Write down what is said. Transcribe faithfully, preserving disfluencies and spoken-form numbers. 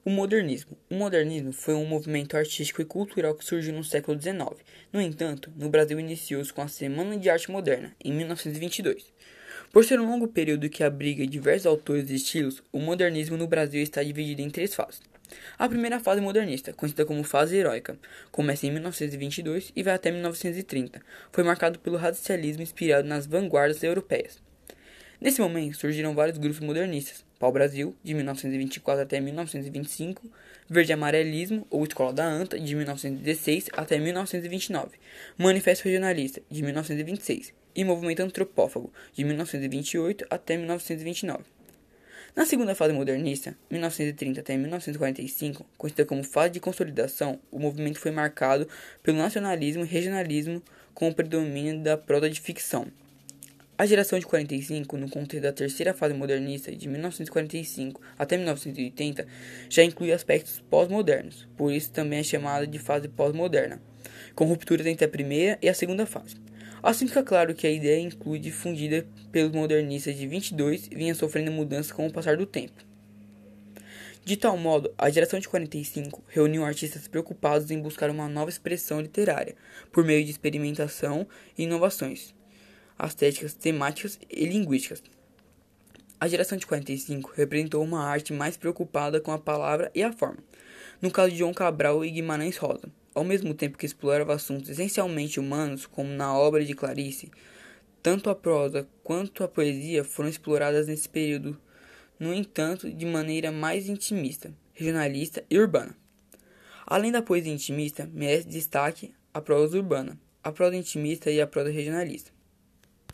O modernismo. O modernismo foi um movimento artístico e cultural que surgiu no século dezenove. No entanto, no Brasil iniciou-se com a Semana de Arte Moderna, em mil novecentos e vinte e dois. Por ser um longo período que abriga diversos autores e estilos, o modernismo no Brasil está dividido em três fases. A primeira fase modernista, conhecida como fase heróica, começa em mil novecentos e vinte e dois e vai até mil novecentos e trinta. Foi marcado pelo radicalismo inspirado nas vanguardas europeias. Nesse momento surgiram vários grupos modernistas: Pau-Brasil, de mil novecentos e vinte e quatro até mil novecentos e vinte e cinco, Verde-Amarelismo, ou Escola da Anta, de mil novecentos e dezesseis até mil novecentos e vinte e nove, Manifesto Regionalista, de mil novecentos e vinte e seis, e Movimento Antropófago, de mil novecentos e vinte e oito até mil novecentos e vinte e nove. Na segunda fase modernista, mil novecentos e trinta até mil novecentos e quarenta e cinco, conhecida como fase de consolidação, o movimento foi marcado pelo nacionalismo e regionalismo com o predomínio da prosa de ficção. A geração de quarenta e cinco, no contexto da terceira fase modernista, de mil novecentos e quarenta e cinco até mil novecentos e oitenta, já inclui aspectos pós-modernos, por isso também é chamada de fase pós-moderna, com rupturas entre a primeira e a segunda fase. Assim fica claro que a ideia inclui difundida pelos modernistas de vinte e dois vinha sofrendo mudanças com o passar do tempo. De tal modo, a geração de quarenta e cinco reuniu artistas preocupados em buscar uma nova expressão literária, por meio de experimentação e inovações estéticas, temáticas e linguísticas. A geração de quarenta e cinco representou uma arte mais preocupada com a palavra e a forma, no caso de João Cabral e Guimarães Rosa. Ao mesmo tempo que explorava assuntos essencialmente humanos, como na obra de Clarice, tanto a prosa quanto a poesia foram exploradas nesse período, no entanto, de maneira mais intimista, regionalista e urbana. Além da poesia intimista, merece destaque a prosa urbana, a prosa intimista e a prosa regionalista.